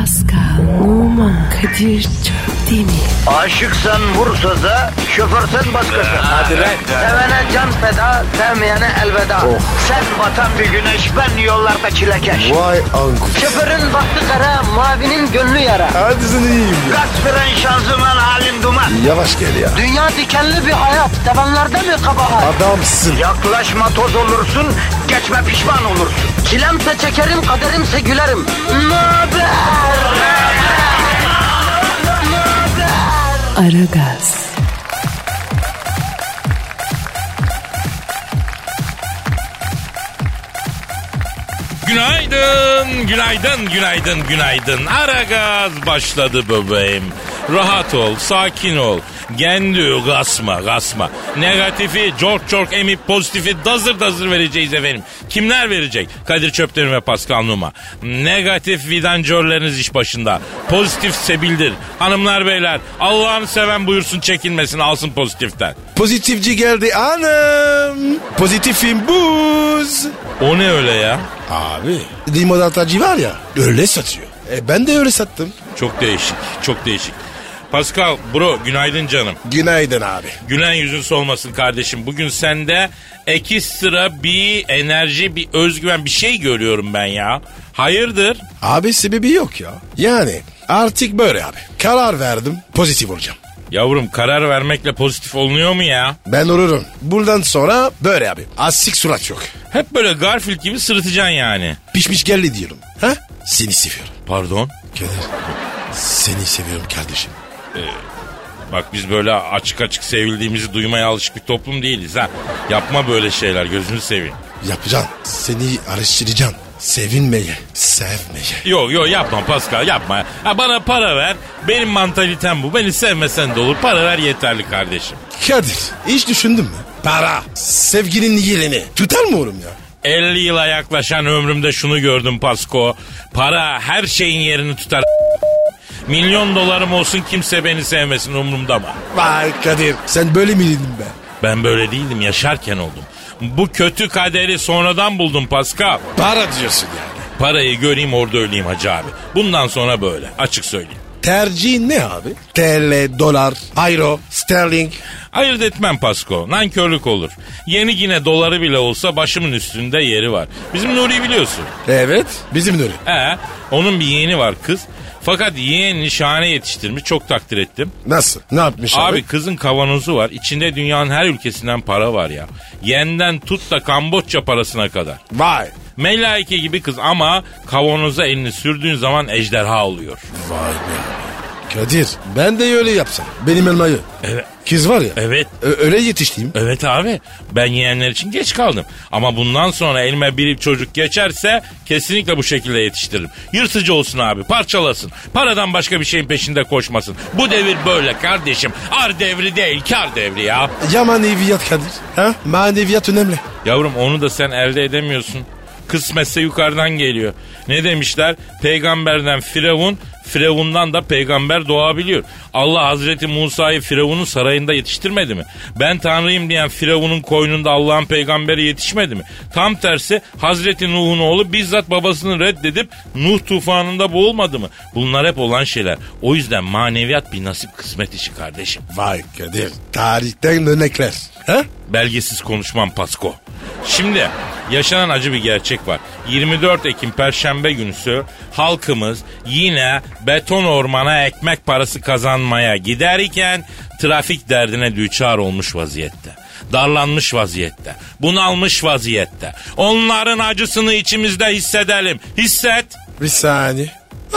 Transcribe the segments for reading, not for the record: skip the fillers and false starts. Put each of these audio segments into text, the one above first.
Pascal, Oman, Kadir çok değil mi? Aşıksan vursa da, şoförsen başkasın. Hadi lan. Sevene can feda, sevmeyene elveda. Sen batan bir güneş, ben yollarda çilekeş. Vay anku. Şoförün baktı kara, mavinin gönlü yara. Hadi sen iyiyim ya. Kasperen şanzıman halin duman. Yavaş gel ya. Dünya dikenli bir hayat, sevenlerde mi kabahar? Adamsın. Yaklaşma toz olursun, geçme pişman olursun. Çilemse çekerim, kaderimse gülerim. Möber! Aragaz. Günaydın, günaydın, günaydın, günaydın. Aragaz başladı bebeğim. Rahat ol, sakin ol. Kendi kasma. Negatifi çok emip pozitifi dazır vereceğiz efendim. Kimler verecek? Kadir Çöptemir ve Pascal Numa. Negatif vidancörleriniz iş başında. Pozitifse bildir. Hanımlar beyler, Allah'ını seven buyursun, çekinmesin, alsın pozitiften. Pozitifci geldi anam. Pozitifim buz. O ne öyle ya? Abi limonatacı var ya öyle satıyor. Ben de öyle sattım. Çok değişik. Pascal bro, günaydın canım. Günaydın abi. Gülen yüzün solmasın kardeşim. Bugün sende ekstra bir enerji, bir özgüven, bir şey görüyorum ben ya. Hayırdır? Abi sebebi yok ya. Yani artık böyle abi. Karar verdim, pozitif olacağım. Yavrum, karar vermekle pozitif olunuyor mu ya? Ben olurum. Buradan sonra böyle abi. Asik surat yok. Hep böyle Garfield gibi sırıtacaksın yani. Pişmiş geldi diyorum. Ha? Seni seviyorum. Pardon? Kadir. Seni seviyorum kardeşim. Bak biz böyle açık sevildiğimizi duymaya alışık bir toplum değiliz ha. Yapma böyle şeyler, gözünü seveyim. Yapacaksın. Seni araştıracağım. Sevinmeye, sevmeye. Yok yapma Pascal, yapma. Ha, bana para ver, benim mantalitem bu. Beni sevmesen de olur, para ver yeterli kardeşim. Kadir, hiç düşündün mü? Para, sevginin yerini tutar mı oğlum ya? 50 yıla yaklaşan ömrümde şunu gördüm Pasko. Para her şeyin yerini tutar. Milyon dolarım olsun, kimse beni sevmesin, umurumda mı? Vay Kadir, sen böyle miydin be? Ben böyle değildim, yaşarken oldum. Bu kötü kaderi sonradan buldum Pascal. Para diyorsun yani. Parayı göreyim orada öleyim hacı abi. Bundan sonra böyle, açık söyleyeyim. Tercihin ne abi? TL, dolar, euro, sterling. Ayırt etmem Pasko. Nankörlük olur. Yeni yine doları bile olsa başımın üstünde yeri var. Bizim Nuri biliyorsun. Evet, bizim Nuri. Onun bir yeğeni var kız. Fakat yeğenini şahane yetiştirmiş, çok takdir ettim. Nasıl? Ne yapmış abi? Abi kızın kavanozu var. İçinde dünyanın her ülkesinden para var ya. Yenden tut da Kamboçya parasına kadar. Vay. Melaike gibi kız ama kavanoza elini sürdüğün zaman ejderha oluyor. Vay be. Kadir, ben de öyle yapsam. Benim elmayı. Evet. Kız var ya. Evet. Öyle yetiştiğim. Evet abi. Ben yeğenler için geç kaldım. Ama bundan sonra elime bir çocuk geçerse kesinlikle bu şekilde yetiştiririm. Yırtıcı olsun abi, parçalasın. Paradan başka bir şeyin peşinde koşmasın. Bu devir böyle kardeşim. Ar devri değil, kar devri ya. Ya maneviyat Kadir. Ha? Maneviyat önemli. Yavrum onu da sen elde edemiyorsun. Kısmetse yukarıdan geliyor. Ne demişler? Peygamberden Firavun, Firavundan da peygamber doğabiliyor. Allah Hazreti Musa'yı Firavun'un sarayında yetiştirmedi mi? Ben Tanrıyım diyen Firavun'un koynunda Allah'ın peygamberi yetişmedi mi? Tam tersi Hazreti Nuh'un oğlu bizzat babasını reddedip Nuh tufanında boğulmadı mı? Bunlar hep olan şeyler. O yüzden maneviyat bir nasip, kısmet işi kardeşim. Vay Kadir. Tarihten örnekler. Ha? Belgesiz konuşmam Pasko. Şimdi yaşanan acı bir gerçek var. 24 Ekim Perşembe günüsü halkımız yine beton ormana ekmek parası kazanmaya giderken trafik derdine düçar olmuş vaziyette. Darlanmış vaziyette. Bunalmış vaziyette. Onların acısını içimizde hissedelim. Hisset. Bir saniye.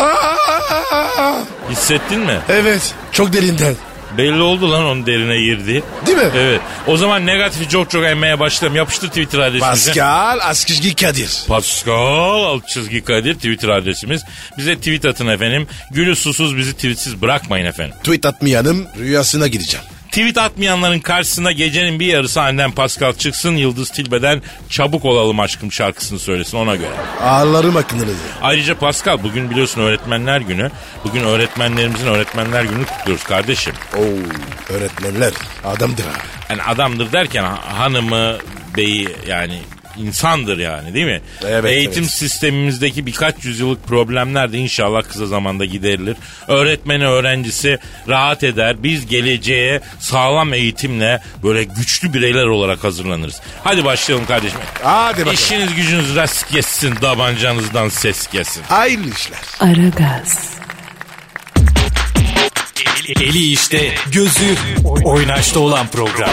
Hissettin mi? Evet. Çok derinden. Belli oldu lan onun derine girdi. Değil mi? Evet. O zaman negatifi çok emmeye başlayalım. Yapıştır Twitter adresimize. Pascal Askizgi Kadir. Pascal _ Kadir Twitter adresimiz. Bize tweet atın efendim. Gülü susuz bizi tweetsiz bırakmayın efendim. Tweet atmayanım rüyasına gideceğim. Tweet atmayanların karşısına gecenin bir yarısı annem Pascal çıksın, Yıldız Tilbe'den Çabuk Olalım Aşkım şarkısını söylesin, ona göre. Ağlarım akınırız. Ayrıca Pascal bugün biliyorsun öğretmenler günü. Bugün öğretmenlerimizin öğretmenler gününü kutluyoruz kardeşim. Öğretmenler adamdır abi. Yani adamdır derken hanımı, beyi yani insandır yani, değil mi? Evet, Eğitim evet. sistemimizdeki birkaç yüzyıllık problemler de inşallah kısa zamanda giderilir. Öğretmeni öğrencisi rahat eder. Biz geleceğe sağlam eğitimle böyle güçlü bireyler olarak hazırlanırız. Hadi başlayalım kardeşim. Hadi bakalım. İşiniz gücünüz rast gelsin, tabancanızdan ses gelsin. Hayırlı işler. Aragaz, Eli işte, gözü oynaşta olan program.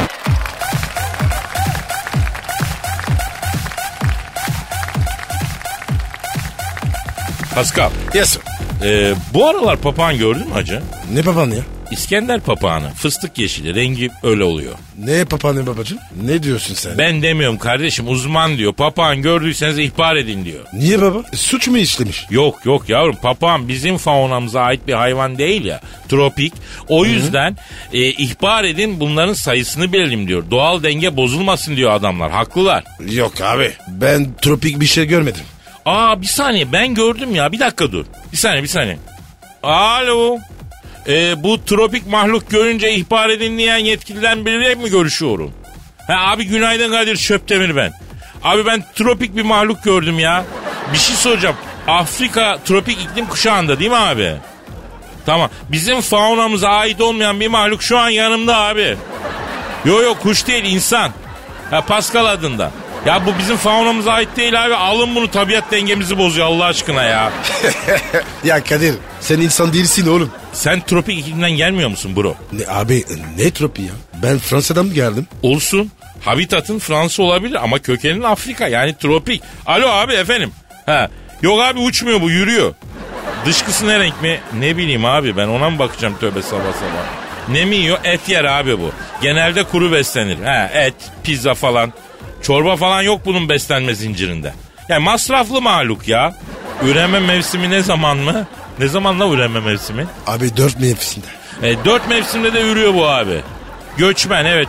Pascal, Yes sir. bu aralar papağan gördün mü hacı? Ne baban ya? İskender papağanı, fıstık yeşili, rengi öyle oluyor. Ne papağanı babacığım? Ne diyorsun sen? Ben demiyorum kardeşim, uzman diyor. Papağan gördüyseniz ihbar edin diyor. Niye baba? Suç mu işlemiş? Yok yavrum, papağan bizim faunamıza ait bir hayvan değil ya. Tropik. O yüzden ihbar edin, bunların sayısını bilelim diyor. Doğal denge bozulmasın diyor adamlar. Haklılar. Yok abi. Ben tropik bir şey görmedim. Bir saniye, ben gördüm ya, bir dakika dur. Bir saniye. Alo. Bu tropik mahluk görünce ihbar edin diyen yetkililerden biriyle mi görüşüyorum? Abi günaydın Kadir Çöptemir ben. Abi ben tropik bir mahluk gördüm ya. Bir şey soracağım. Afrika tropik iklim kuşağında değil mi abi? Tamam. Bizim faunamıza ait olmayan bir mahluk şu an yanımda abi. Yok kuş değil, insan. Pascal adında. Ya bu bizim faunamıza ait değil abi. Alın bunu, tabiat dengemizi bozuyor Allah aşkına ya. Ya Kadir sen insan değilsin oğlum. Sen tropik iklimden gelmiyor musun bro? Ne abi ne tropi ya? Ben Fransa'dan mı geldim? Olsun. Habitatın Fransa olabilir ama kökenin Afrika, yani tropik. Alo abi, efendim. Yok abi, uçmuyor bu, yürüyor. Dışkısı ne renk mi? Ne bileyim abi, ben ona mı bakacağım tövbe sabah sabah. Ne mi yiyor? Et yer abi bu. Genelde kuru beslenir. Et, pizza falan. Çorba falan yok bunun beslenme zincirinde. Yani masraflı mahluk ya. Üreme mevsimi ne zaman mı? Ne zamanla üreme mevsimi? Abi 4 mevsimde. 4 mevsimde de ürüyor bu abi. Göçmen, evet.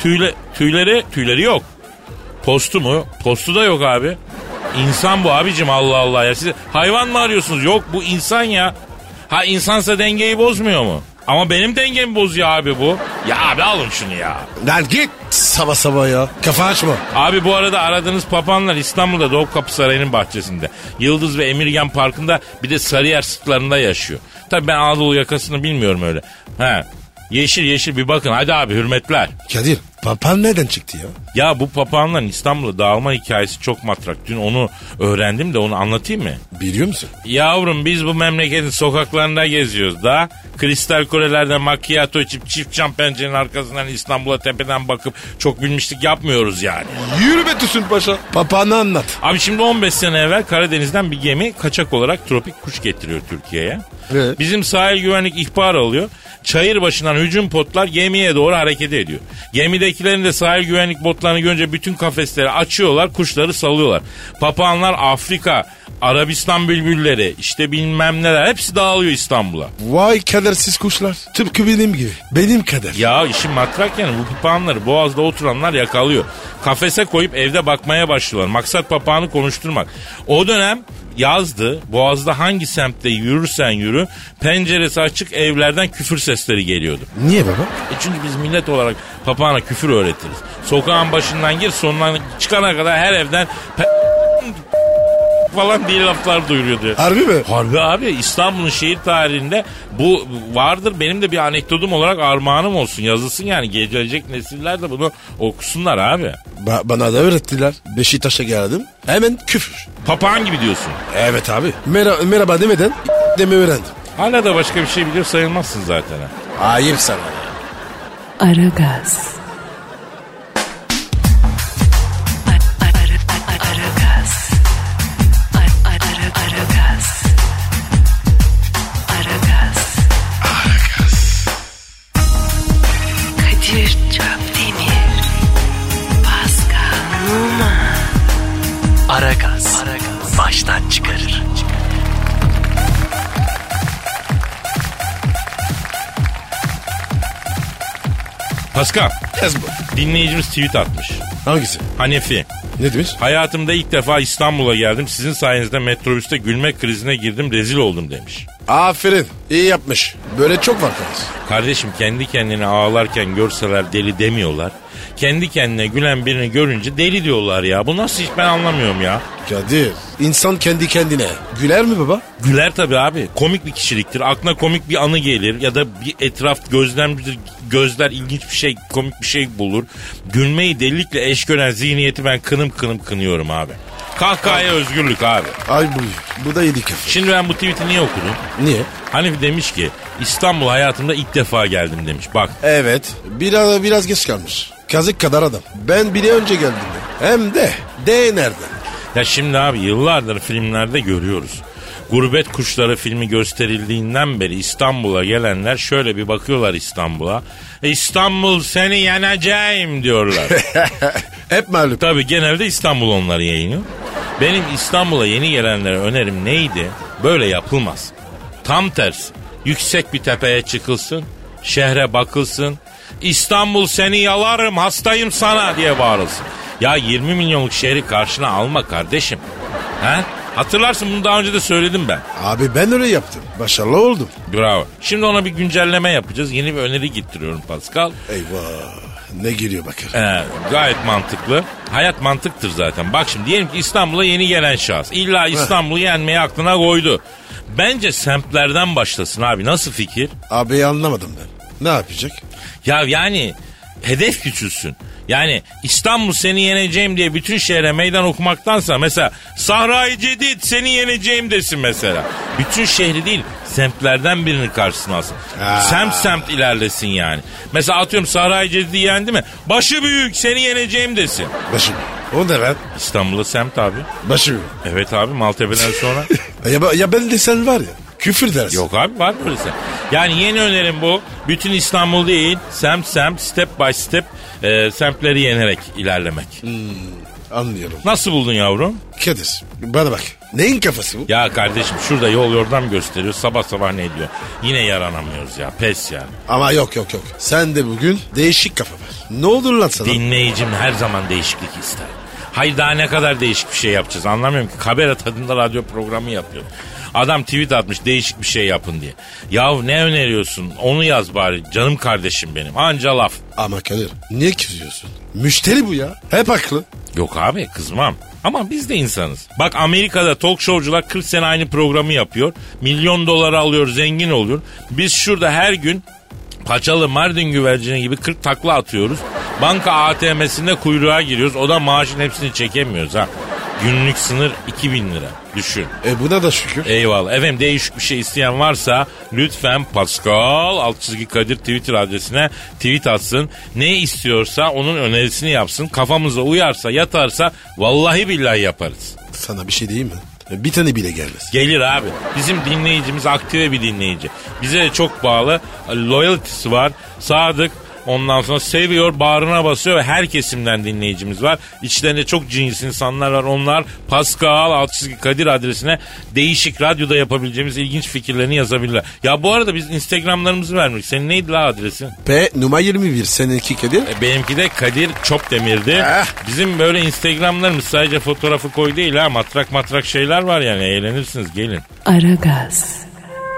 Tüyleri yok. Postu mu? Postu da yok abi. İnsan bu abicim, Allah Allah ya. Siz hayvan mı arıyorsunuz? Yok, bu insan ya. İnsansa dengeyi bozmuyor mu? Ama benim dengemi bozuyor abi bu. Ya abi alın şunu ya. Lan git sabah sabah ya. Kafa açma. Abi bu arada aradığınız papağanlar İstanbul'da Doğupkapı Sarayı'nın bahçesinde. Yıldız ve Emirgan Parkı'nda, bir de Sarıyer sıtlarında yaşıyor. Tabii ben Anadolu yakasını bilmiyorum öyle. Yeşil bir bakın hadi abi, hürmetler. Kadir papağan nereden çıktı ya? Ya bu papağanların İstanbul'da dağılma hikayesi çok matrak. Dün onu öğrendim de onu anlatayım mı? Biliyor musun? Yavrum biz bu memleketin sokaklarında geziyoruz da. Kristal kulelerden macchiato içip çift cam pencerenin arkasından İstanbul'a tepeden bakıp çok bilmişlik yapmıyoruz yani. Yürü be Tüsün Paşa. Papağanı anlat. Abi şimdi 15 sene evvel Karadeniz'den bir gemi kaçak olarak tropik kuş getiriyor Türkiye'ye. Evet. Bizim sahil güvenlik ihbar alıyor. Çayır başından hücum potlar gemiye doğru hareket ediyor. Gemidekilerin de sahil güvenlik botlarını görünce bütün kafesleri açıyorlar, kuşları salıyorlar. Papağanlar Afrika, Arabistan bülbülleri, işte bilmem neler, hepsi dağılıyor İstanbul'a. Vay kadersiz kuşlar. Tıpkı benim gibi. Benim kader. Ya işin matrak yani, bu papağanları boğazda oturanlar yakalıyor. Kafese koyup evde bakmaya başlıyorlar. Maksat papağanı konuşturmak. O dönem yazdı. Boğaz'da hangi semtte yürürsen yürü, penceresi açık evlerden küfür sesleri geliyordu. Niye baba? Çünkü biz millet olarak papağana küfür öğretiriz. Sokağın başından gir, sonuna çıkana kadar her evden falan diye laflar duyuruyordu. Harbi mi? Harbi abi, İstanbul'un şehir tarihinde bu vardır. Benim de bir anekdotum olarak armağanım olsun, yazılsın yani, gelecek nesiller de bunu okusunlar abi. Bana da öğrettiler. Beşiktaş'a geldim. Hemen küfür. Papağan gibi diyorsun. Evet abi. Merhaba demeden deme öğrendim. Hala da başka bir şey biliyor sayılmazsın zaten. Ayıp sana. Aragaz. Kadir Çöptemir, Pascal Numa. Aragaz. Baştan çıkarır. Pascal, Yes bu. dinleyicimiz tweet atmış. Hangisi? Hanefi. Ne demiş? Hayatımda ilk defa İstanbul'a geldim. Sizin sayenizde metrobüste gülme krizine girdim. Rezil oldum demiş. Aferin. İyi yapmış. Böyle çok var kardeş. Kardeşim kendi kendine ağlarken görseler deli demiyorlar. Kendi kendine gülen birini görünce deli diyorlar ya. Bu nasıl iş ben anlamıyorum ya. Kadir, insan kendi kendine güler mi baba? Güler tabii abi. Komik bir kişiliktir. Aklına komik bir anı gelir ya da bir etraf gözlemcidir. Gözler ilginç bir şey, komik bir şey bulur. Gülmeyi delilikle eş gören zihniyeti ben kınım kınıyorum abi. Kahkahaya özgürlük abi. Ay bu da yedi kafa. Şimdi ben bu tweet'i niye okudum? Niye? Hanifi demiş ki İstanbul hayatımda ilk defa geldim demiş. Bak. Evet, biraz geç kalmış. Kazık kadar adam. Ben bile önce geldim de. Hem de nereden? Ya şimdi abi yıllardır filmlerde görüyoruz. Gurbet Kuşları filmi gösterildiğinden beri İstanbul'a gelenler şöyle bir bakıyorlar İstanbul'a. İstanbul seni yeneceğim diyorlar. Hep malum. Tabii genelde İstanbul onları yayınlıyor. Benim İstanbul'a yeni gelenlere önerim neydi? Böyle yapılmaz. Tam tersi. Yüksek bir tepeye çıkılsın, şehre bakılsın. İstanbul seni yalarım, hastayım sana diye bağırılsın. Ya 20 milyonluk şehri karşına alma kardeşim. He? Hatırlarsın bunu daha önce de söyledim ben. Abi ben öyle yaptım. Başarılı oldum. Bravo. Şimdi ona bir güncelleme yapacağız. Yeni bir öneri getiriyorum Pascal. Eyvah. Ne geliyor bakın. Gayet mantıklı. Hayat mantıktır zaten. Bak şimdi diyelim ki İstanbul'a yeni gelen şahıs. İlla İstanbul'u yenmeyi aklına koydu. Bence semtlerden başlasın abi. Nasıl fikir? Abi anlamadım ben. Ne yapacak? Ya yani hedef küçülsün. Yani İstanbul seni yeneceğim diye bütün şehre meydan okumaktansa mesela Sahra-i Cedid seni yeneceğim desin mesela. Bütün şehri değil semtlerden birini karşısına alsın. Semt ilerlesin yani. Mesela atıyorum Sahra-i Cedid'i yendi mi? Başı büyük seni yeneceğim desin. Başı o da ver. İstanbul'da semt abi. Başı büyük. Evet abi Maltepe'den sonra. ya ben de sen var ya. Küfür dersin. Yok abi var böyle sen. Yani yeni önerim bu. Bütün İstanbul değil semt step by step semtleri yenerek ilerlemek. Anlıyorum. Nasıl buldun yavrum? Kadir bana bak. Neyin kafası bu? Ya kardeşim şurada yol yordam gösteriyor. Sabah sabah ne diyor? Yine yaranamıyoruz ya. Pes ya. Ama yok. Sen de bugün değişik kafa var. Ne olur lan sana? Dinleyicim her zaman değişiklik ister. Hayır daha ne kadar değişik bir şey yapacağız anlamıyorum ki. Kabera tadında radyo programı yapıyor. Adam tweet atmış değişik bir şey yapın diye. Yahu ne öneriyorsun? Onu yaz bari canım kardeşim benim. Anca laf. Ama Kadir niye kızıyorsun? Müşteri bu ya. Hep haklı. Yok abi kızmam. Ama biz de insanız. Bak Amerika'da talk showcular 40 sene aynı programı yapıyor. Milyon doları alıyor, zengin oluyor. Biz şurada her gün paçalı Mardin güvercini gibi 40 takla atıyoruz. Banka ATM'sinde kuyruğa giriyoruz. O da maaşın hepsini çekemiyoruz ha. Günlük sınır 2000 lira. Düşün. Buna da şükür. Eyvallah. Efendim değişik bir şey isteyen varsa lütfen Pascal _Kadir Twitter adresine tweet atsın. Ne istiyorsa onun önerisini yapsın. Kafamıza uyarsa yatarsa vallahi billahi yaparız. Sana bir şey diyeyim mi? Bir tane bile gelmez. Gelir abi. Bizim dinleyicimiz aktive bir dinleyici. Bize de çok bağlı. Loyalty'si var. Sadık. Ondan sonra seviyor, bağrına basıyor ve her kesimden dinleyicimiz var. İçlerinde çok cins insanlar var. Onlar Pascal _Kadir adresine değişik radyoda yapabileceğimiz ilginç fikirlerini yazabilirler. Ya bu arada biz Instagramlarımızı vermek. Senin neydi la adresin? P numara 21. Seninki Kadir? Benimki de Kadir Çopdemir'di. Bizim böyle Instagramlarımız sadece fotoğrafı koy değil ha. Matrak şeyler var yani. Eğlenirsiniz gelin. Aragaz.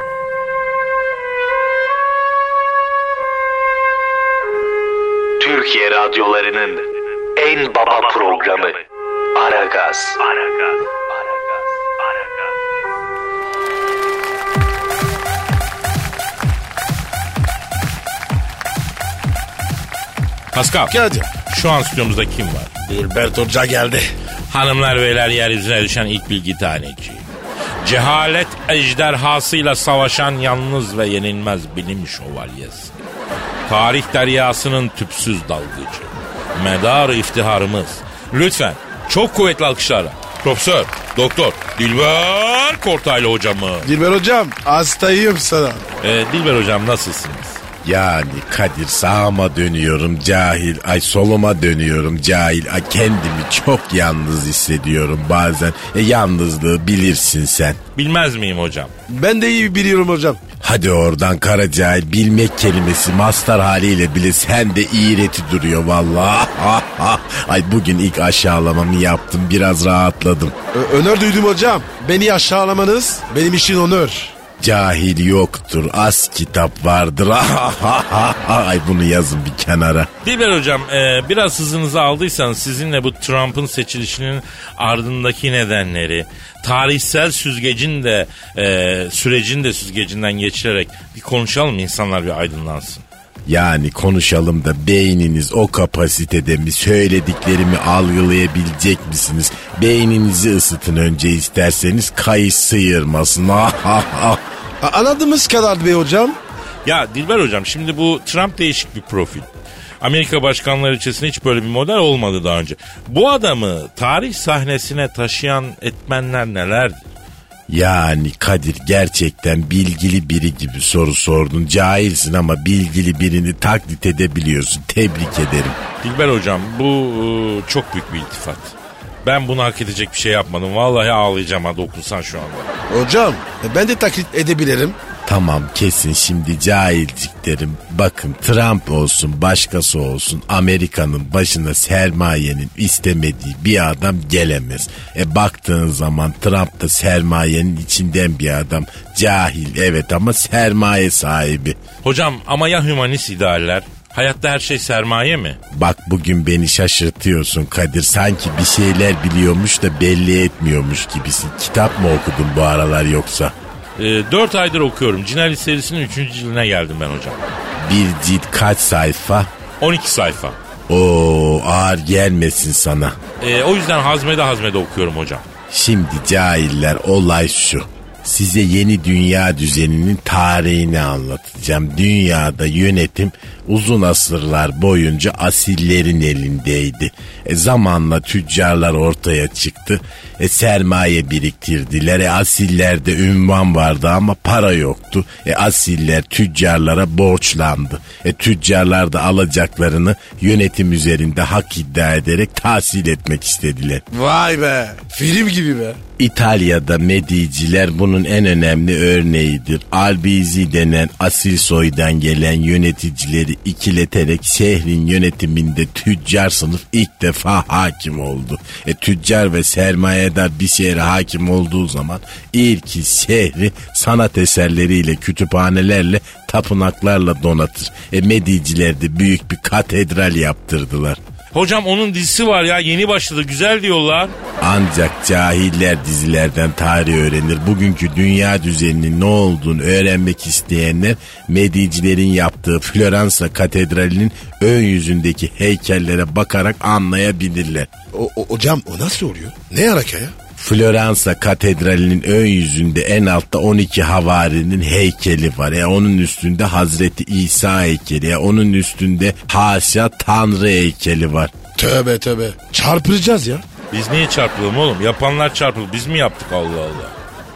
Türkiye radyolarının en baba programı Aragaz. Pascal, Kadir. şu an stüdyomuzda kim var? Dilbert Hoca geldi. Hanımlar beyler yeryüzüne düşen ilk bilgi taneci. Cehalet ejderhasıyla savaşan yalnız ve yenilmez bilim şövalyesi. Tarih deryasının tüpsüz dalgıcı. Medar iftiharımız. Lütfen çok kuvvetli alkışlarla. Profesör, Doktor Dilber Kortaylı hocamı. Dilber Hocam hastayım sana. Dilber hocam nasılsınız? Yani Kadir sağıma dönüyorum cahil. Ay soluma dönüyorum cahil. Ay kendimi çok yalnız hissediyorum bazen. Yalnızlığı bilirsin sen. Bilmez miyim hocam? Ben de iyi biliyorum hocam. Hadi oradan kara cahil, bilmek kelimesi mastar haliyle bile sende iğreti duruyor vallahi. Ay bugün ilk aşağılamamı yaptım, biraz rahatladım. Onur duydum hocam. Beni aşağılamanız benim için onur. Cahil yoktur, az kitap vardır. Ay bunu yazın bir kenara. Dilber hocam biraz hızınızı aldıysanız sizinle bu Trump'ın seçilişinin ardındaki nedenleri, tarihsel süzgecin de sürecin de süzgecinden geçirerek bir konuşalım, insanlar bir aydınlansın. Yani konuşalım da beyniniz o kapasitede mi, söylediklerimi algılayabilecek misiniz? Beyninizi ısıtın önce isterseniz, kayış sıyırmasın. Anladığımız kadar be hocam. Ya Dilber hocam, şimdi bu Trump değişik bir profil. Amerika başkanları içerisinde hiç böyle bir model olmadı daha önce. Bu adamı tarih sahnesine taşıyan etmenler nelerdir? Yani Kadir, gerçekten bilgili biri gibi soru sordun. Cahilsin ama bilgili birini taklit edebiliyorsun. Tebrik ederim. Dilber hocam, bu çok büyük bir iltifat. Ben bunu hak edecek bir şey yapmadım. Vallahi ağlayacağım ha dokunsan şu anda. Hocam ben de taklit edebilirim. Tamam, kesin şimdi cahilciklerim. Bakın, Trump olsun başkası olsun Amerika'nın başına sermayenin istemediği bir adam gelemez. Baktığın zaman Trump da sermayenin içinden bir adam. Cahil evet ama sermaye sahibi. Hocam ama ya hümanist idealler? Hayatta her şey sermaye mi? Bak bugün beni şaşırtıyorsun Kadir. Sanki bir şeyler biliyormuş da belli etmiyormuş gibisin. Kitap mı okudun bu aralar yoksa? 4 aydır okuyorum. Cinali serisinin 3. cildine geldim ben hocam. Bir cilt kaç sayfa? 12 sayfa. Oo, ağır gelmesin sana. O yüzden hazmede okuyorum hocam. Şimdi cahiller, olay şu. Size yeni dünya düzeninin tarihini anlatacağım. Dünyada yönetim uzun asırlar boyunca asillerin elindeydi. Zamanla tüccarlar ortaya çıktı. Sermaye biriktirdiler. Asillerde ünvan vardı ama para yoktu. Asiller tüccarlara borçlandı. Tüccarlar da alacaklarını yönetim üzerinde hak iddia ederek tahsil etmek istediler. Vay be, film gibi be. İtalya'da Mediciler bunun en önemli örneğidir. Albizi denen asil soydan gelen yöneticileri ikileterek şehrin yönetiminde tüccar sınıf ilk defa hakim oldu. Tüccar ve sermayedar bir şehre hakim olduğu zaman ilk şehri sanat eserleriyle, kütüphanelerle, tapınaklarla donatır. Mediciler de büyük bir katedral yaptırdılar. Hocam onun dizisi var ya, yeni başladı, güzel diyorlar. Ancak cahiller dizilerden tarih öğrenir. Bugünkü dünya düzeninin ne olduğunu öğrenmek isteyenler Medicilerin yaptığı Floransa Katedrali'nin ön yüzündeki heykellere bakarak anlayabilirler. Hocam o nasıl oluyor? Ne alaka ya? Floransa Katedrali'nin ön yüzünde en altta 12 havarinin heykeli var. Onun üstünde Hazreti İsa heykeli. Onun üstünde haşa Tanrı heykeli var. Tövbe tövbe. Çarpılacağız ya. Biz niye çarpılalım oğlum? Yapanlar çarpıldı. Biz mi yaptık Allah Allah?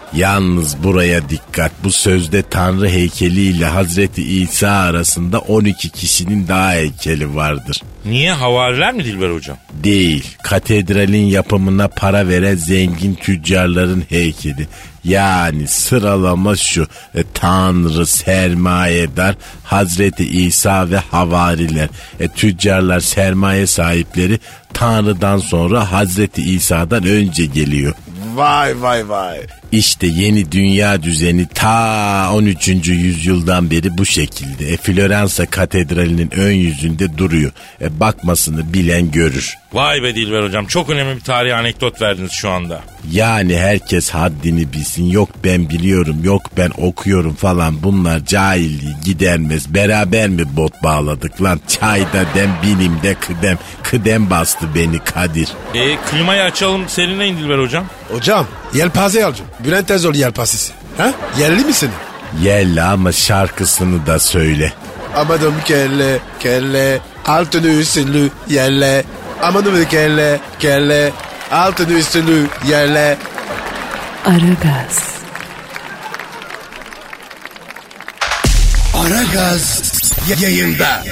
Yalnız buraya dikkat. Bu sözde Tanrı heykeli ile Hazreti İsa arasında 12 kişinin daha heykeli vardır. Niye? Havariler mi Dilber hocam? Değil. Katedralin yapımına para veren zengin tüccarların heykeli. Yani sıralama şu: Tanrı, sermayedar, Hazreti İsa ve havariler. Tüccarlar, sermaye sahipleri Tanrı'dan sonra Hazreti İsa'dan önce geliyor. Vay vay vay. İşte yeni dünya düzeni ta 13. yüzyıldan beri bu şekilde. Floransa Katedrali'nin ön yüzünde duruyor. Bakmasını bilen görür. Vay be Dilber hocam, çok önemli bir tarihi anekdot verdiniz şu anda. Yani herkes haddini bilsin. Yok ben biliyorum, yok ben okuyorum falan, bunlar cahilliği gidermez. Beraber mi bot bağladık lan? Çayda dem, bilimde kıdem. Kıdem bastı beni Kadir. Klimayı açalım, serinleyin Dilber hocam. Hocam yelpaze alacağım. Bülent Ersoy yelpazesi. Ha? Yerli misin? Yerli ama şarkısını da söyle. Amadım kelle kelle altını üstünlü yerle. Amadım kelle kelle altını üstünlü yerle. Aragaz. Aragaz yayında.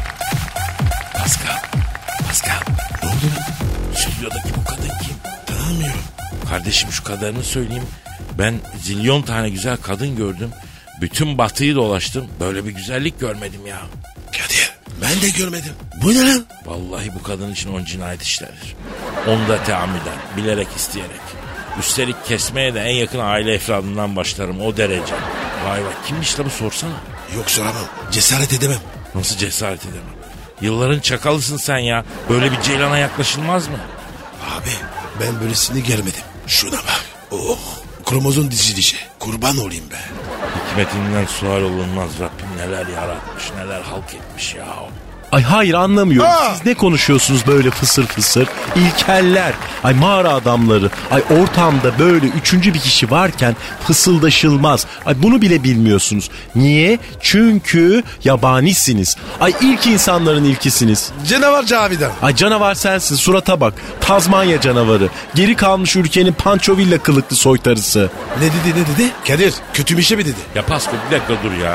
Pascal. Ne oldu lan? Stüdyodaki bu kadın kim? İnanmıyorum. Kardeşim şu kadarını söyleyeyim. Ben zilyon tane güzel kadın gördüm. Bütün batıyı dolaştım. Böyle bir güzellik görmedim ya. Kadir ben de görmedim. Bu ne lan? Vallahi bu kadın için 10 cinayet işlenir. Onu da teamüden, bilerek isteyerek. Üstelik kesmeye de en yakın aile efradından başlarım o derece. Vay vay kimmiş la bu sorsana. Yok soramam. Cesaret edemem. Nasıl cesaret edemem? Yılların çakalısın sen ya. Böyle bir ceylana yaklaşılmaz mı? Abi ben böylesini görmedim. Şuna bak. Oh. Kromozom dişi. Kurban olayım be. Hikmetinden sual olunmaz. Rabbim neler yaratmış, neler halk etmiş ya. Ay hayır anlamıyorum. Siz ne konuşuyorsunuz böyle fısır fısır? İlkeller, ay mağara adamları, ay ortamda böyle üçüncü bir kişi varken fısıldaşılmaz. Ay bunu bile bilmiyorsunuz. Niye? Çünkü yabanisiniz. Ay ilk insanların ilkisiniz. Canavar Cavidan. Ay canavar sensin, surata bak. Tazmanya canavarı. Geri kalmış ülkenin Panchovilla kılıklı soytarısı. Ne dedi? Kadir kötü bir şey mi dedi? Ya Pasko bir dakika dur ya.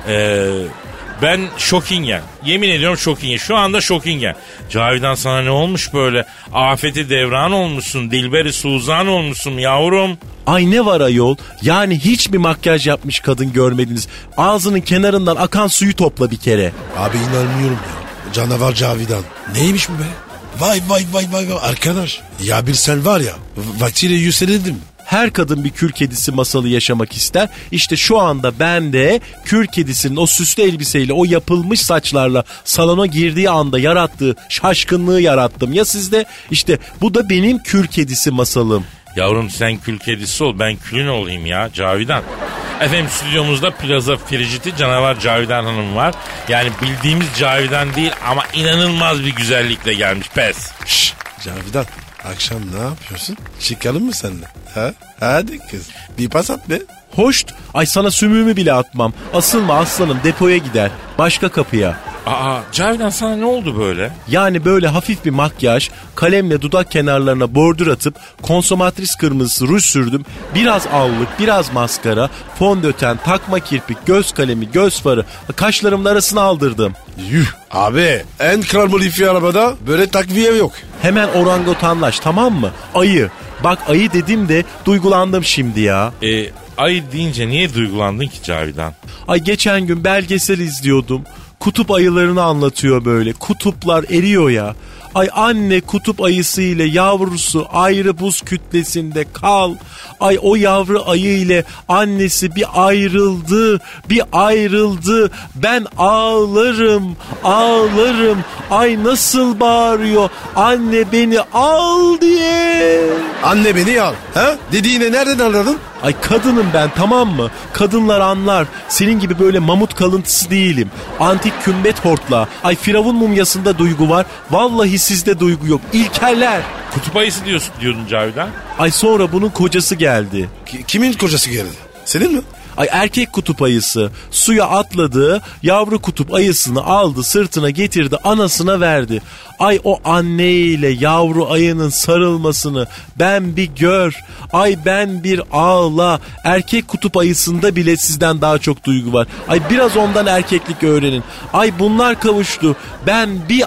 Ben şokingen. Yemin ediyorum şokingen. Şu anda şokingen. Cavidan sana ne olmuş böyle? Afeti devran olmuşsun. Dilberi Suzan olmuşsun yavrum. Ay ne var ayol? Yani hiç mi makyaj yapmış kadın görmediniz? Ağzının kenarından akan suyu topla bir kere. Abi inanmıyorum ya. Canavar Cavidan. Neymiş bu be? Vay arkadaş. Ya bir sen var ya vaktiyle yükselirdim. Her kadın bir kül kedisi masalı yaşamak ister. İşte şu anda ben de kül kedisinin o süslü elbiseyle, o yapılmış saçlarla salona girdiği anda yarattığı şaşkınlığı yarattım. Ya sizde? İşte bu da benim kül kedisi masalım. Yavrum sen kül kedisi ol, ben külün olayım ya Cavidan. Efendim stüdyomuzda Plaza Frigid'i canavar Cavidan Hanım var. Yani bildiğimiz Cavidan değil ama inanılmaz bir güzellikle gelmiş pes. Şşş Cavidan. Akşam ne yapıyorsun? Çıkalım mı seninle? Ha? Hadi kız. Bir pas at be. Hoşt. Ay sana sümüğümü bile atmam. Asılma aslanım, depoya gider. Başka kapıya. Aa Cavidan sana ne oldu böyle? Yani böyle hafif bir makyaj, kalemle dudak kenarlarına bordür atıp konsomatris kırmızısı ruj sürdüm. Biraz allık, biraz maskara, fondöten, takma kirpik, göz kalemi, göz farı, kaşlarımın arasına aldırdım. Yuh. Abi en kral modifiye arabada böyle takviye yok. Hemen orangutanlaş, tamam mı? Ayı. Bak ayı dedim de duygulandım şimdi ya. Ayı deyince niye duygulandın ki Cavidan? Ay geçen gün belgesel izliyordum. Kutup ayılarını anlatıyor böyle. Kutuplar eriyor ya. Ay anne kutup ayısı ile yavrusu ayrı buz kütlesinde kal. Ay o yavru ayı ile annesi bir ayrıldı. Ben ağlarım. Ay nasıl bağırıyor. Anne beni al diye. Anne beni al. Ha? Dediğini nereden anladın? Ay kadınım ben, tamam mı? Kadınlar anlar. Senin gibi böyle mamut kalıntısı değilim. Antik kümbet hortla. Ay firavun mumyasında duygu var. Vallahi sizde duygu yok. İlkeller. Kutup ayısı diyordun Cavidan. Ay sonra bunun kocası geldi. Kimin kocası geldi? Senin mi? Ay erkek kutup ayısı suya atladı, yavru kutup ayısını aldı, sırtına getirdi, anasına verdi. Ay o anne ile yavru ayının sarılmasını ben bir gör. Ay ben bir ağla. Erkek kutup ayısında bile sizden daha çok duygu var. Ay biraz ondan erkeklik öğrenin. Ay bunlar kavuştu. Ben bir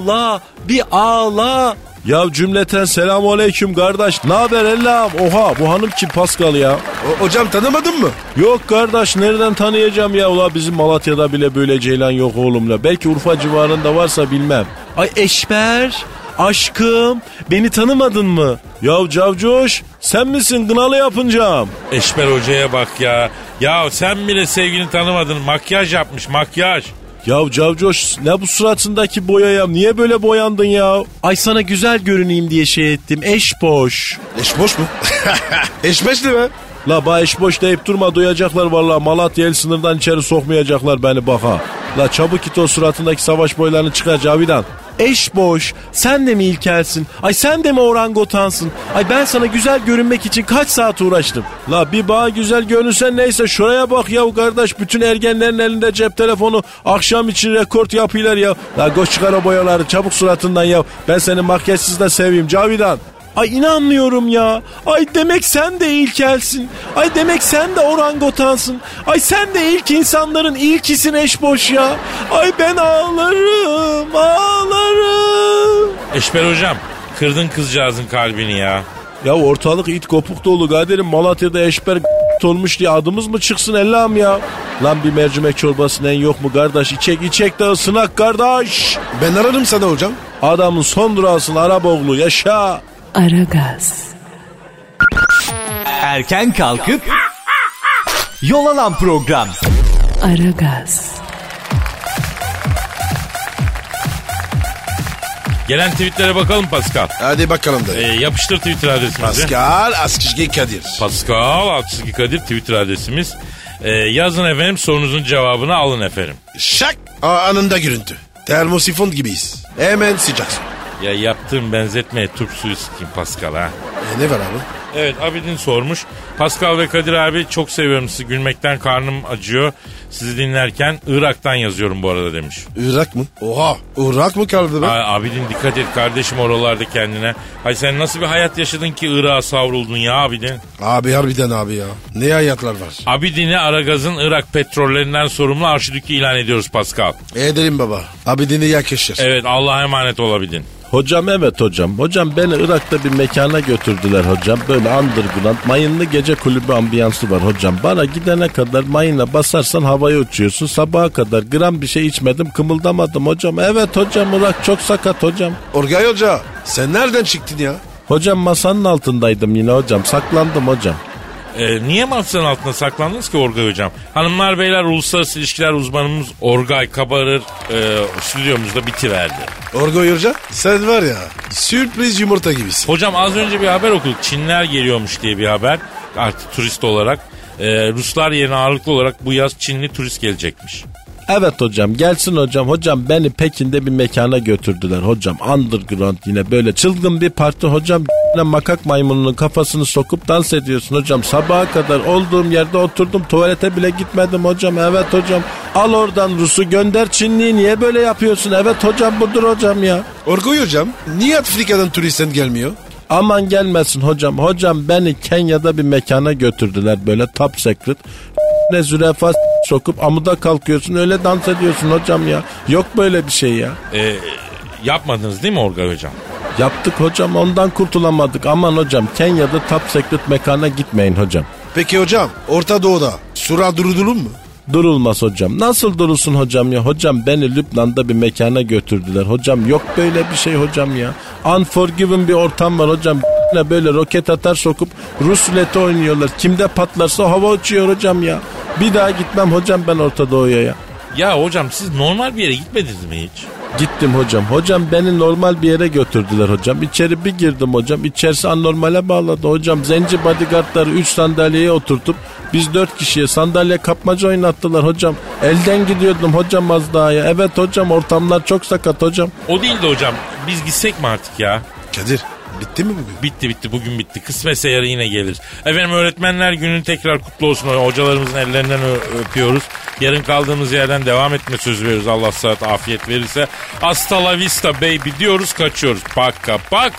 ağla. Ya cümleten selamünaleyküm kardeş. Ne haber Ellam? Oha bu hanım kim Pascal ya? Hocam tanımadın mı? Yok kardeş nereden tanıyacağım ya? Ula bizim Malatya'da bile böyle ceylan yok oğlumla. Belki Urfa civarında varsa bilmem. Ay eşber, aşkım beni tanımadın mı? Ya Cavcoş sen misin gınalı yapıncam? Eşber hocaya bak ya. Ya sen bile sevgilini tanımadın. Makyaj yapmış makyaj. Ya Cavcoş ne bu suratındaki boyaya? Niye böyle boyandın ya? Ay sana güzel görüneyim diye şey ettim. Eşboş. Eşboş mu? Eşbeş ne be? La ba eşboş deyip durma, duyacaklar vallahi. Malatya el sınırdan içeri sokmayacaklar beni baka. La çabuk git o suratındaki savaş boylarını çıkar Cavidan. Eşboş sen de mi ilkelsin? Ay sen de mi orangotansın? Ay ben sana güzel görünmek için kaç saat uğraştım? La bir bana güzel görünsen neyse, şuraya bak ya kardeş, bütün ergenlerin elinde cep telefonu, akşam için rekord yapıyorlar ya. La koş çıkar o boyaları çabuk suratından ya. Ben seni makyajsız da seveyim Cavidan. Ay inanmıyorum ya. Ay demek sen de ilkelsin. Ay demek sen de orangotansın. Ay sen de ilk insanların ilkisin eşboş ya. Ay ben ağlarım. Eşber hocam kırdın kızcağızın kalbini ya. Ya ortalık it kopuk dolu Kadir'im. Malatya'da eşber olmuş diye adımız mı çıksın Allah'ım ya? Lan bir mercimek çorbasının en yok mu kardeş? İçek de ısınak kardeş. Ben ararım sana hocam. Adamın son durağısın Araboğlu yaşa. Aragaz, Erken kalkıp yol alan program. Aragaz, Gelen tweetlere bakalım Pascal. Hadi bakalım da. Yapıştır Twitter adresimizi. Pascal Askışge Kadir. Pascal Askışge Kadir Twitter adresimiz. Yazın efendim, sorunuzun cevabını alın efendim. Şak. Anında görüntü. Termosifon gibiyiz. Hemen sıcak. Ya yaptığım benzetmeye turp suyu sıkayım Pascal ha. Ne var abi? Evet, Abidin sormuş. Pascal ve Kadir abi, çok seviyorum sizi. Gülmekten karnım acıyor. Sizi dinlerken Irak'tan yazıyorum bu arada demiş. Irak mı? Oha. Irak mı kaldı be? Abidin dikkat et kardeşim oralarda kendine. Hay sen nasıl bir hayat yaşadın ki Irak'a savruldun ya Abidin? Abi harbiden abi ya. Ne hayatlar var. Abidin'i Aragaz'ın Irak petrollerinden sorumlu arşidükü ilan ediyoruz Pascal. Edelim baba. Abidin'i yakışır. Evet, Allah'a emanet ol Abidin. Hocam evet hocam. Hocam beni Irak'ta bir mekana götürdüler hocam. Böyle underground mayınlı gece kulübü ambiyansı var hocam. Bana gidene kadar mayına basarsan havaya uçuyorsun. Sabaha kadar gram bir şey içmedim, kımıldamadım hocam. Evet hocam, Irak çok sakat hocam. Orgay Hoca sen nereden çıktın ya? Hocam masanın altındaydım yine hocam. Saklandım hocam. Niye masanın altına saklandınız ki Orgay hocam? Hanımlar beyler, uluslararası ilişkiler uzmanımız Orgay Kabarır stüdyomuzda bitiverdi. Orgay Hoca sen var ya sürpriz yumurta gibisin. Hocam az önce bir haber okuduk. Çinliler geliyormuş diye bir haber. Artık turist olarak. Ruslar yerine ağırlıklı olarak bu yaz Çinli turist gelecekmiş. Evet hocam, gelsin hocam. Hocam beni Pekin'de bir mekana götürdüler hocam. Underground yine böyle çılgın bir parti hocam. Makak maymununun kafasını sokup dans ediyorsun hocam. Sabaha kadar olduğum yerde oturdum, tuvalete bile gitmedim hocam. Evet hocam, al oradan Rus'u gönder Çinli'yi, niye böyle yapıyorsun? Evet hocam, budur hocam ya. Orgay Hocam niye Afrika'dan turisten gelmiyor? Aman gelmesin hocam. Hocam beni Kenya'da bir mekana götürdüler böyle top secret. Ne zürafa sokup amuda kalkıyorsun, öyle dans ediyorsun hocam ya. Yok böyle bir şey ya. Yapmadınız değil mi Orgay hocam? Yaptık hocam, ondan kurtulamadık. Aman hocam, Kenya'da top secret mekana gitmeyin hocam. Peki hocam Orta Doğu'da sura durdurulur mu? Durulmaz hocam. Nasıl durulsun hocam ya? Hocam beni Lübnan'da bir mekana götürdüler. Hocam yok böyle bir şey hocam ya. Unforgiven bir ortam var hocam. Böyle roket atar sokup Rus ruleti oynuyorlar. Kimde patlarsa hava uçuyor hocam ya. Bir daha gitmem hocam ben Orta Doğu'ya ya. Ya hocam siz normal bir yere gitmediniz mi hiç? Gittim hocam. Hocam beni normal bir yere götürdüler hocam. İçeri bir girdim hocam. İçerisi anormale bağladı hocam. Zenci bodyguardları 3 sandalyeye oturtup biz 4 kişiye sandalye kapmaca oynattılar hocam. Elden gidiyordum hocam az daha ya. Evet hocam, ortamlar çok sakat hocam. O değil de hocam, biz gitsek mi artık ya? Kadir bitti mi bugün? Bitti bugün bitti. Kısmetse yarın yine geliriz. Efendim öğretmenler günün tekrar kutlu olsun. Hocalarımızın ellerinden öpüyoruz. Yarın kaldığımız yerden devam etme sözü veriyoruz. Allah sıhhat afiyet verirse. Hasta la vista baby diyoruz, kaçıyoruz. Paka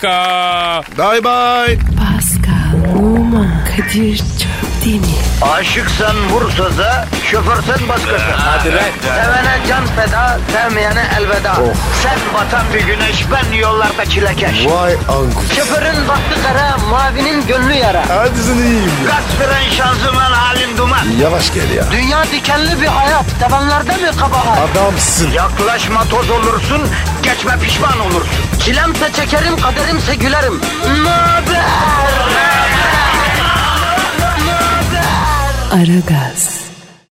paka. Bye bye. Pascal, Oman, Kadir çok değil mi? Aşıksan vursa da, şoförsen başkasın. Hadi lan. Sevene can feda, sevmeyene elveda. Sen batan bir güneş, ben yollarda çilekeş. Vay anku. Şoförün baktı kara, mavinin gönlü yara. Hadi sen iyiyim ya. Kasperen şanzıman halin duman. Yavaş gel ya. Dünya dikenli bir hayat, sevenlerde mi kabahar? Adamsın. Yaklaşma toz olursun, geçme pişman olursun. Çilemse çekerim, kaderimse gülerim. Möber! Aragaz.